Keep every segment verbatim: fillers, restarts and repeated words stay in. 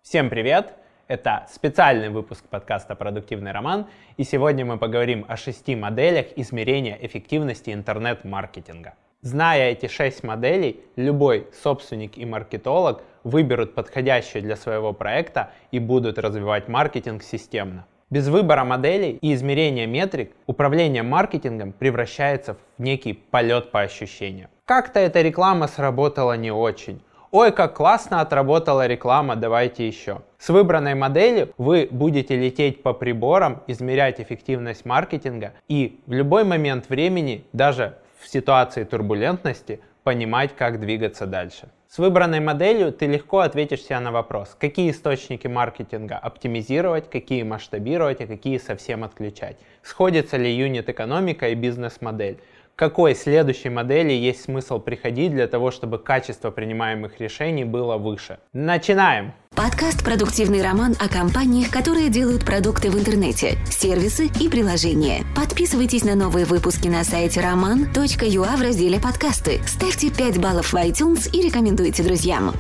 Всем привет! Это специальный выпуск подкаста «Продуктивный роман», и сегодня мы поговорим о шести моделях измерения эффективности интернет-маркетинга. Зная эти шесть моделей, любой собственник и маркетолог выберут подходящую для своего проекта и будут развивать маркетинг системно. Без выбора моделей и измерения метрик управление маркетингом превращается в некий полет по ощущениям. Как-то эта реклама сработала не очень. Ой, как классно отработала реклама, давайте еще. С выбранной моделью вы будете лететь по приборам, измерять эффективность маркетинга и в любой момент времени, даже в ситуации турбулентности, понимать, как двигаться дальше. С выбранной моделью ты легко ответишь себе на вопрос, какие источники маркетинга оптимизировать, какие масштабировать, а какие совсем отключать. Сходится ли юнит-экономика и бизнес-модель? К какой следующей модели есть смысл приходить для того, чтобы качество принимаемых решений было выше? Начинаем! Подкаст «Продуктивный роман» о компаниях, которые делают продукты в интернете, сервисы и приложения. Подписывайтесь на новые выпуски на сайте роман точка ю а в разделе «Подкасты». Ставьте пять баллов в iTunes и рекомендуйте друзьям.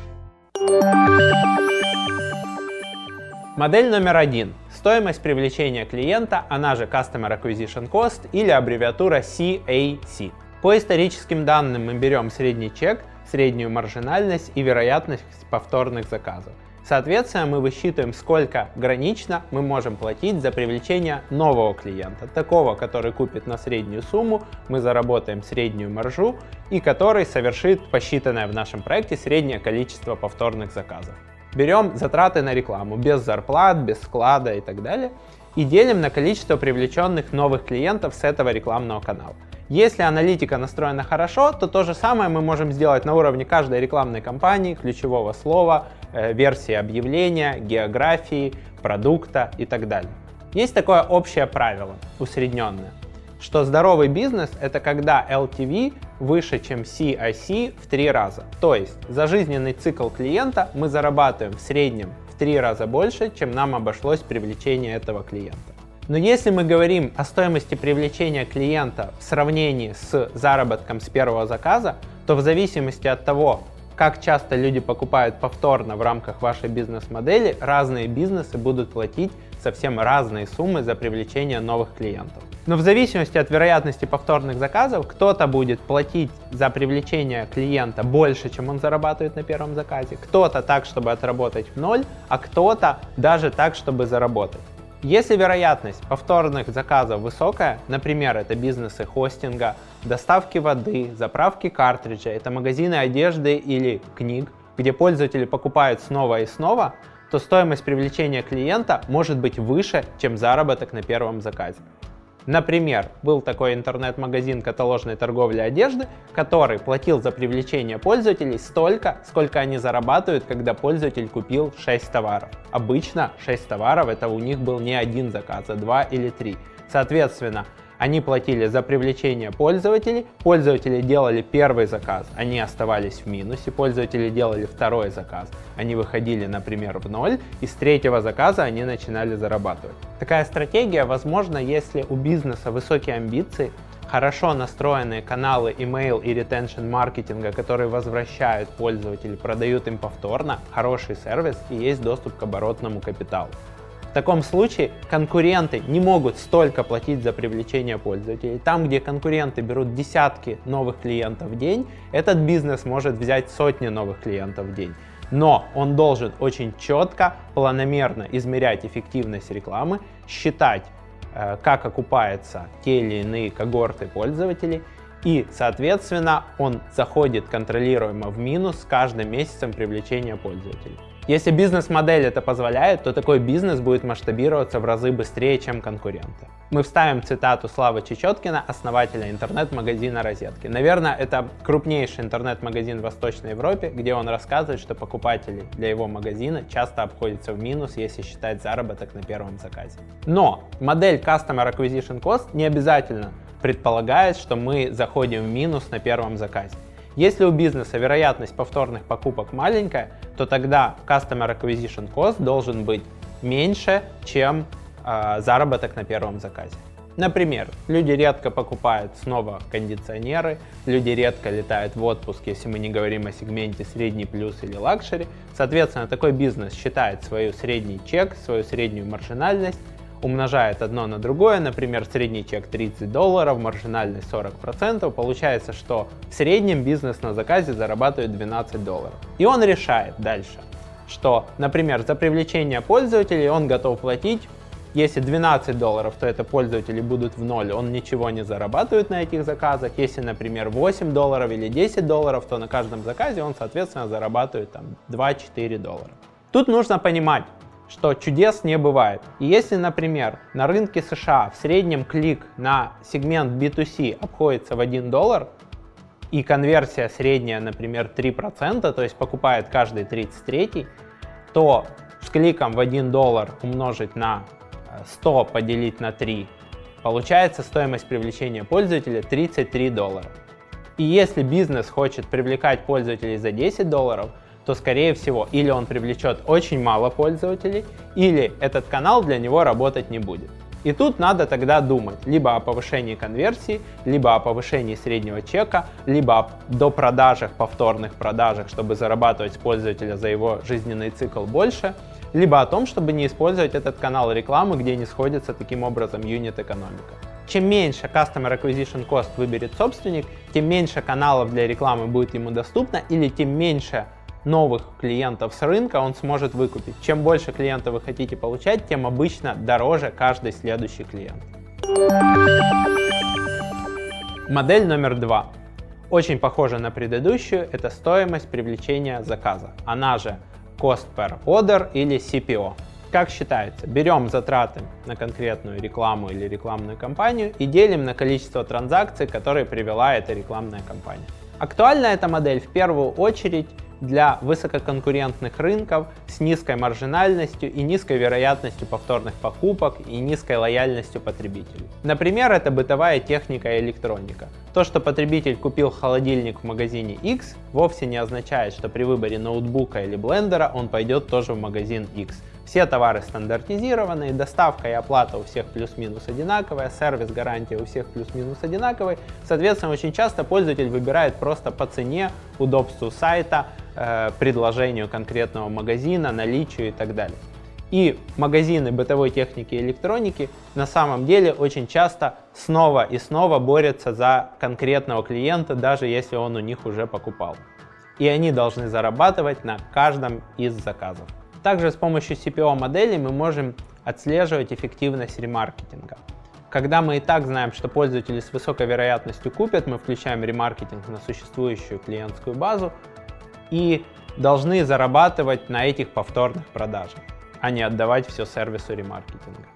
Модель номер один. Стоимость привлечения клиента, она же Customer Acquisition Cost или аббревиатура си эй си. По историческим данным мы берем средний чек, среднюю маржинальность и вероятность повторных заказов. Соответственно, мы высчитываем, сколько гранично мы можем платить за привлечение нового клиента, такого, который купит на среднюю сумму, мы заработаем среднюю маржу и который совершит посчитанное в нашем проекте среднее количество повторных заказов. Берем затраты на рекламу без зарплат, без склада и так далее и делим на количество привлеченных новых клиентов с этого рекламного канала. Если аналитика настроена хорошо, то то же самое мы можем сделать на уровне каждой рекламной кампании, ключевого слова, э, версии объявления, географии, продукта и так далее. Есть такое общее правило, усредненное, что здоровый бизнес — это когда эл ти ви выше, чем си эй си в три раза. То есть за жизненный цикл клиента мы зарабатываем в среднем в три раза больше, чем нам обошлось привлечение этого клиента. Но если мы говорим о стоимости привлечения клиента в сравнении с заработком с первого заказа, то в зависимости от того, как часто люди покупают повторно в рамках вашей бизнес-модели, разные бизнесы будут платить совсем разные суммы за привлечение новых клиентов. Но в зависимости от вероятности повторных заказов, кто-то будет платить за привлечение клиента больше, чем он зарабатывает на первом заказе, кто-то так, чтобы отработать в ноль, а кто-то даже так, чтобы заработать. Если вероятность повторных заказов высокая, например, это бизнесы хостинга, доставки воды, заправки картриджа, это магазины одежды или книг, где пользователи покупают снова и снова, то стоимость привлечения клиента может быть выше, чем заработок на первом заказе. Например, был такой интернет-магазин каталожной торговли одежды, который платил за привлечение пользователей столько, сколько они зарабатывают, когда пользователь купил шесть товаров. Обычно шесть товаров — это у них был не один заказ, а два или три. Соответственно, они платили за привлечение пользователей, пользователи делали первый заказ, они оставались в минусе, пользователи делали второй заказ, они выходили, например, в ноль, и с третьего заказа они начинали зарабатывать. Такая стратегия возможна, если у бизнеса высокие амбиции, хорошо настроенные каналы email и retention маркетинга, которые возвращают пользователей, продают им повторно, хороший сервис и есть доступ к оборотному капиталу. В таком случае конкуренты не могут столько платить за привлечение пользователей. Там, где конкуренты берут десятки новых клиентов в день, этот бизнес может взять сотни новых клиентов в день. Но он должен очень четко, планомерно измерять эффективность рекламы, считать, как окупаются те или иные когорты пользователей, и, соответственно, он заходит контролируемо в минус с каждым месяцем привлечения пользователей. Если бизнес-модель это позволяет, то такой бизнес будет масштабироваться в разы быстрее, чем конкуренты. Мы вставим цитату Славы Чечеткина, основателя интернет-магазина «Розетки». Наверное, это крупнейший интернет-магазин в Восточной Европе, где он рассказывает, что покупатели для его магазина часто обходятся в минус, если считать заработок на первом заказе. Но модель Customer Acquisition Cost не обязательно предполагает, что мы заходим в минус на первом заказе. Если у бизнеса вероятность повторных покупок маленькая, то тогда Customer Acquisition Cost должен быть меньше, чем э, заработок на первом заказе. Например, люди редко покупают снова кондиционеры, люди редко летают в отпуск, если мы не говорим о сегменте средний плюс или лакшери. Соответственно, такой бизнес считает свой средний чек, свою среднюю маржинальность, умножает одно на другое, например, средний чек тридцать долларов, маржинальность сорок процентов, получается, что в среднем бизнес на заказе зарабатывает двенадцать долларов. И он решает дальше, что, например, за привлечение пользователей он готов платить. Если двенадцать долларов, то это пользователи будут в ноль, он ничего не зарабатывает на этих заказах. Если, например, восемь долларов или десять долларов, то на каждом заказе он, соответственно, зарабатывает там два-четыре доллара. Тут нужно понимать, что чудес не бывает. И если, например, на рынке США в среднем клик на сегмент би ту си обходится в один доллар, и конверсия средняя, например, три процента, то есть покупает каждый тридцать третий, то с кликом в один доллар умножить на сто поделить на три, получается стоимость привлечения пользователя тридцать три доллара. И если бизнес хочет привлекать пользователей за десять долларов, то скорее всего или он привлечет очень мало пользователей, или этот канал для него работать не будет. И тут надо тогда думать либо о повышении конверсии, либо о повышении среднего чека, либо о допродажах, повторных продажах, чтобы зарабатывать с пользователя за его жизненный цикл больше, либо о том, чтобы не использовать этот канал рекламы, где не сходится таким образом юнит-экономика. Чем меньше Customer Acquisition Cost выберет собственник, тем меньше каналов для рекламы будет ему доступно, или тем меньше новых клиентов с рынка он сможет выкупить. Чем больше клиентов вы хотите получать, тем обычно дороже каждый следующий клиент. Модель номер два. Очень похожа на предыдущую, это стоимость привлечения заказа, она же Cost per Order или си пи о. Как считается? Берем затраты на конкретную рекламу или рекламную кампанию и делим на количество транзакций, которые привела эта рекламная кампания. Актуальна эта модель в первую очередь для высококонкурентных рынков с низкой маржинальностью и низкой вероятностью повторных покупок и низкой лояльностью потребителей. Например, это бытовая техника и электроника. То, что потребитель купил холодильник в магазине X, вовсе не означает, что при выборе ноутбука или блендера он пойдет тоже в магазин X. Все товары стандартизированы, доставка и оплата у всех плюс-минус одинаковая, сервис, гарантия у всех плюс-минус одинаковый. Соответственно, очень часто пользователь выбирает просто по цене, удобству сайта, э, предложению конкретного магазина, наличию и так далее. И магазины бытовой техники и электроники на самом деле очень часто снова и снова борются за конкретного клиента, даже если он у них уже покупал. И они должны зарабатывать на каждом из заказов. Также с помощью си пи о моделей мы можем отслеживать эффективность ремаркетинга. Когда мы и так знаем, что пользователи с высокой вероятностью купят, мы включаем ремаркетинг на существующую клиентскую базу и должны зарабатывать на этих повторных продажах, а не отдавать все сервису ремаркетинга.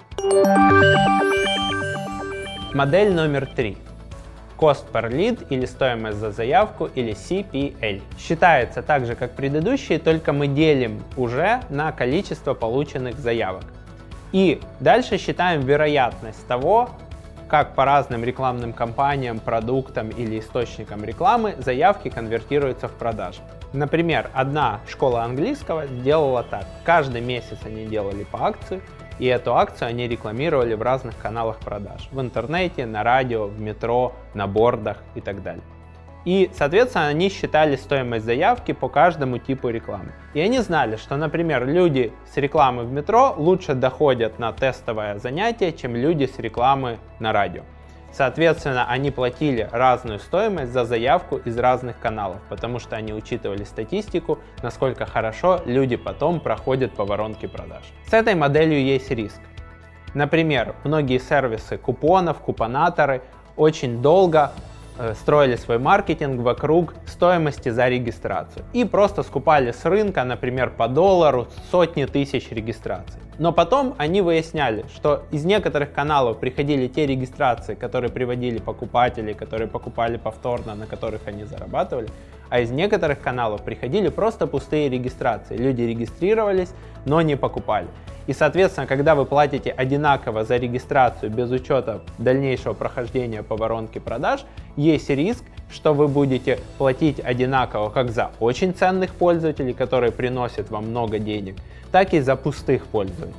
Модель номер три. Cost per lead или стоимость за заявку или си пи эл. Считается так же, как предыдущие, только мы делим уже на количество полученных заявок. И дальше считаем вероятность того, как по разным рекламным кампаниям, продуктам или источникам рекламы заявки конвертируются в продажи. Например, одна школа английского сделала так. Каждый месяц они делали по акции, и эту акцию они рекламировали в разных каналах продаж. В интернете, на радио, в метро, на бордах и так далее. И, соответственно, они считали стоимость заявки по каждому типу рекламы. И они знали, что, например, люди с рекламы в метро лучше доходят на тестовое занятие, чем люди с рекламы на радио. Соответственно, они платили разную стоимость за заявку из разных каналов, потому что они учитывали статистику, насколько хорошо люди потом проходят по воронке продаж. С этой моделью есть риск. Например, многие сервисы купонов, купонаторы очень долго э, строили свой маркетинг вокруг стоимости за регистрацию и просто скупали с рынка, например, по доллару сотни тысяч регистраций. Но потом они выясняли, что из некоторых каналов приходили те регистрации, которые приводили покупателей, которые покупали повторно, на которых они зарабатывали, а из некоторых каналов приходили просто пустые регистрации. Люди регистрировались, но не покупали. И, соответственно, когда вы платите одинаково за регистрацию без учета дальнейшего прохождения по воронке продаж, есть риск, что вы будете платить одинаково как за очень ценных пользователей, которые приносят вам много денег, так и за пустых пользователей.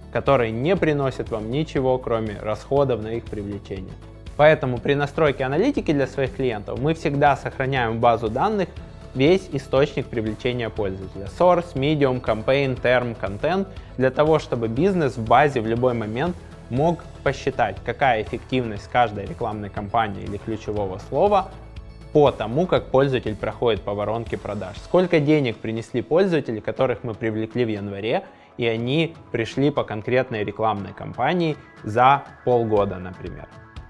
которые не приносят вам ничего, кроме расходов на их привлечение. Поэтому при настройке аналитики для своих клиентов мы всегда сохраняем в базу данных весь источник привлечения пользователя. Source, Medium, Campaign, Term, Content, для того, чтобы бизнес в базе в любой момент мог посчитать, какая эффективность каждой рекламной кампании или ключевого слова по тому, как пользователь проходит по воронке продаж. Сколько денег принесли пользователи, которых мы привлекли в январе, и они пришли по конкретной рекламной кампании за полгода, например.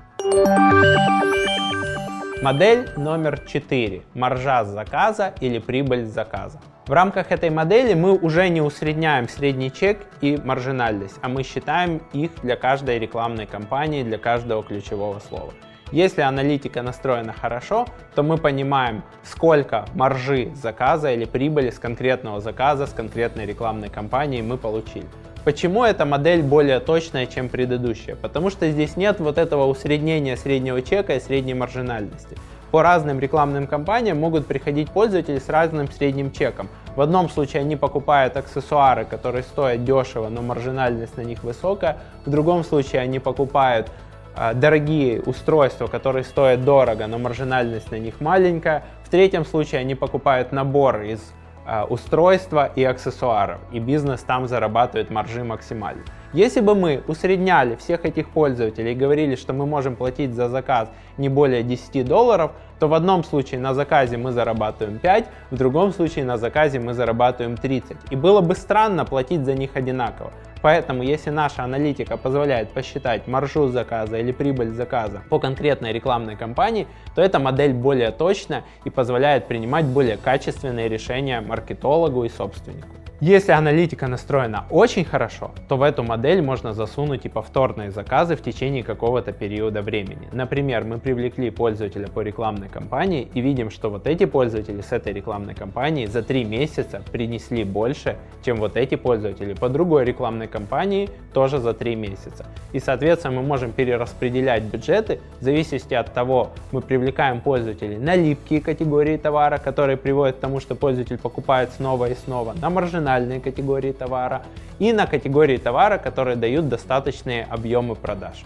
Модель номер четыре. Маржа с заказа или прибыль с заказа. В рамках этой модели мы уже не усредняем средний чек и маржинальность, а мы считаем их для каждой рекламной кампании, для каждого ключевого слова. Если аналитика настроена хорошо, то мы понимаем, сколько маржи с заказа или прибыли с конкретного заказа, с конкретной рекламной кампании мы получили. Почему эта модель более точная, чем предыдущая? Потому что здесь нет вот этого усреднения среднего чека и средней маржинальности. По разным рекламным кампаниям могут приходить пользователи с разным средним чеком. В одном случае они покупают аксессуары, которые стоят дешево, но маржинальность на них высокая. В другом случае они покупают э, дорогие устройства, которые стоят дорого, но маржинальность на них маленькая. В третьем случае они покупают набор из э, устройства и аксессуаров, и бизнес там зарабатывает маржи максимально. Если бы мы усредняли всех этих пользователей и говорили, что мы можем платить за заказ не более десяти долларов, то в одном случае на заказе мы зарабатываем пять, в другом случае на заказе мы зарабатываем тридцать. И было бы странно платить за них одинаково. Поэтому, если наша аналитика позволяет посчитать маржу заказа или прибыль заказа по конкретной рекламной кампании, то эта модель более точна и позволяет принимать более качественные решения маркетологу и собственнику. Если аналитика настроена очень хорошо, то в эту модель можно засунуть и повторные заказы в течение какого-то периода времени. Например, мы привлекли пользователя по рекламной кампании и видим, что вот эти пользователи с этой рекламной кампании за три месяца принесли больше, чем вот эти пользователи по другой рекламной кампании тоже за три месяца. И, соответственно, мы можем перераспределять бюджеты в зависимости от того, мы привлекаем пользователей на липкие категории товара, которые приводят к тому, что пользователь покупает снова и снова, на маржинальные категории товара и на категории товара, которые дают достаточные объемы продаж.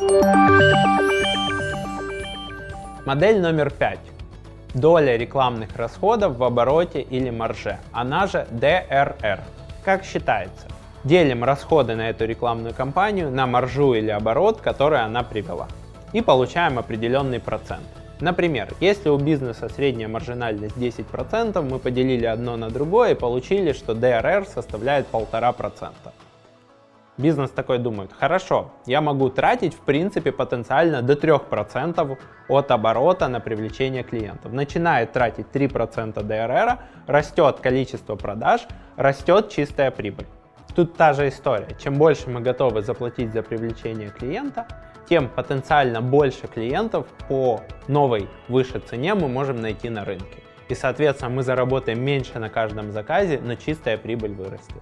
Модель номер пять. Доля рекламных расходов в обороте или марже, она же ди эр эр. Как считается? Делим расходы на эту рекламную кампанию на маржу или оборот, который она привела, и получаем определенный процент. Например, если у бизнеса средняя маржинальность десять процентов, мы поделили одно на другое и получили, что ди эр эр составляет полтора процента. Бизнес такой думает: хорошо, я могу тратить в принципе потенциально до трёх процентов от оборота на привлечение клиентов. Начинает тратить три процента ди эр эр, растет количество продаж, растет чистая прибыль. Тут та же история. Чем больше мы готовы заплатить за привлечение клиента, тем потенциально больше клиентов по новой выше цене мы можем найти на рынке. И, соответственно, мы заработаем меньше на каждом заказе, но чистая прибыль вырастет.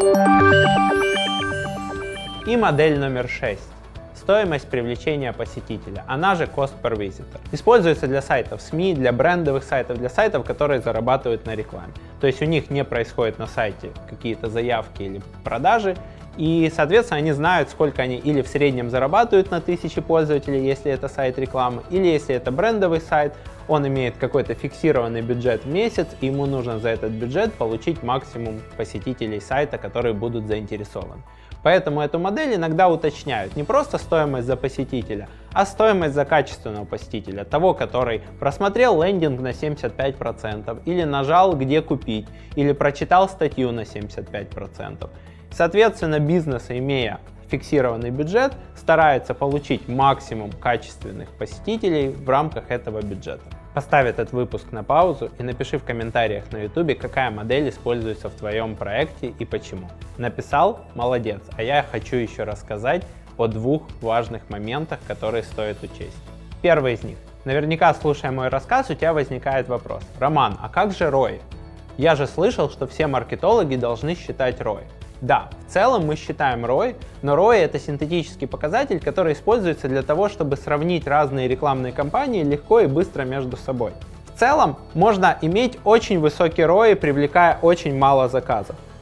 И модель номер шесть. Стоимость привлечения посетителя, она же cost per visitor. Используется для сайтов СМИ, для брендовых сайтов, для сайтов, которые зарабатывают на рекламе. То есть у них не происходит на сайте какие-то заявки или продажи, и, соответственно, они знают, сколько они или в среднем зарабатывают на тысячи пользователей, если это сайт рекламы, или если это брендовый сайт, он имеет какой-то фиксированный бюджет в месяц, и ему нужно за этот бюджет получить максимум посетителей сайта, которые будут заинтересованы. Поэтому эту модель иногда уточняют. Не просто стоимость за посетителя, а стоимость за качественного посетителя. Того, который просмотрел лендинг на семьдесят пять процентов, или нажал где купить, или прочитал статью на семьдесят пять процентов. Соответственно, бизнес, имея фиксированный бюджет, старается получить максимум качественных посетителей в рамках этого бюджета. Поставь этот выпуск на паузу и напиши в комментариях на YouTube, какая модель используется в твоем проекте и почему. Написал? Молодец. А я хочу еще рассказать о двух важных моментах, которые стоит учесть. Первый из них. Наверняка, слушая мой рассказ, у тебя возникает вопрос: Роман, а как же эр о и? Я же слышал, что все маркетологи должны считать эр о и. Да, в целом мы считаем эр о и, но эр о и это синтетический показатель, который используется для того, чтобы сравнить разные рекламные кампании легко и быстро между собой. В целом можно иметь очень высокий эр о и, привлекая очень мало заказов.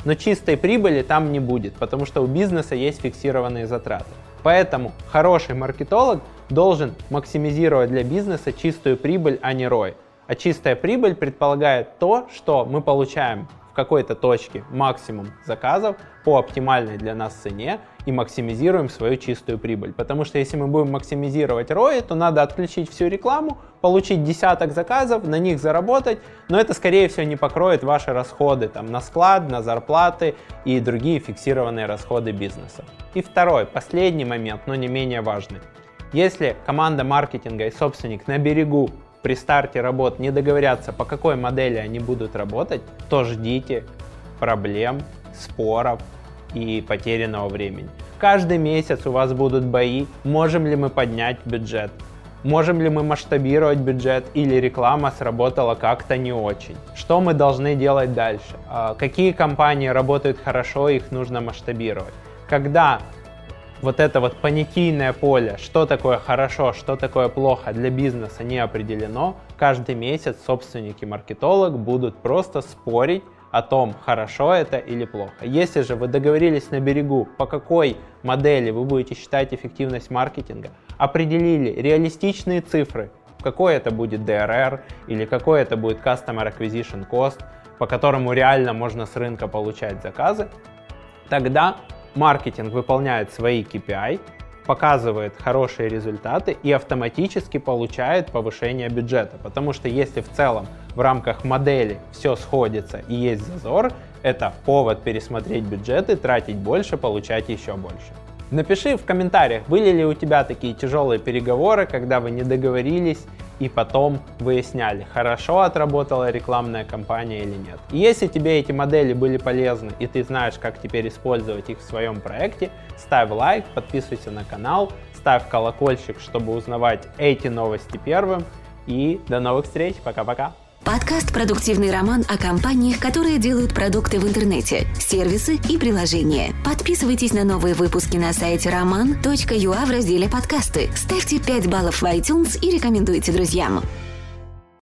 но чистой прибыли там не будет, потому что у бизнеса есть фиксированные затраты. Поэтому хороший маркетолог должен максимизировать для бизнеса чистую прибыль, а не эр о и. А чистая прибыль предполагает то, что мы получаем в какой-то точке максимум заказов по оптимальной для нас цене и максимизируем свою чистую прибыль. Потому что если мы будем максимизировать эр о и, то надо отключить всю рекламу, получить десяток заказов, на них заработать, но это скорее всего не покроет ваши расходы там, на склад, на зарплаты и другие фиксированные расходы бизнеса. И второй, последний момент, но не менее важный. Если команда маркетинга и собственник на берегу при старте работ не договорятся, по какой модели они будут работать, то ждите проблем, споров и потерянного времени. Каждый месяц у вас будут бои, можем ли мы поднять бюджет, можем ли мы масштабировать бюджет или реклама сработала как-то не очень. Что мы должны делать дальше? Какие компании работают хорошо, их нужно масштабировать. Когда вот это вот понятийное поле, что такое хорошо, что такое плохо для бизнеса не определено, каждый месяц собственник и маркетолог будут просто спорить о том, хорошо это или плохо. Если же вы договорились на берегу, по какой модели вы будете считать эффективность маркетинга, определили реалистичные цифры, какой это будет ди ар эр или какой это будет Customer Acquisition Cost, по которому реально можно с рынка получать заказы, тогда маркетинг выполняет свои кей пи ай, показывает хорошие результаты и автоматически получает повышение бюджета. Потому что если в целом в рамках модели все сходится и есть зазор, это повод пересмотреть бюджеты, тратить больше, получать еще больше. Напиши в комментариях, были ли у тебя такие тяжелые переговоры, когда вы не договорились и потом выясняли, хорошо отработала рекламная кампания или нет. И если тебе эти модели были полезны и ты знаешь, как теперь использовать их в своем проекте, ставь лайк, подписывайся на канал, ставь колокольчик, чтобы узнавать эти новости первым. И до новых встреч, пока-пока! Подкаст «Продуктивный роман» о компаниях, которые делают продукты в интернете, сервисы и приложения. Подписывайтесь на новые выпуски на сайте роман точка ю а в разделе «Подкасты». Ставьте пять баллов в iTunes и рекомендуйте друзьям.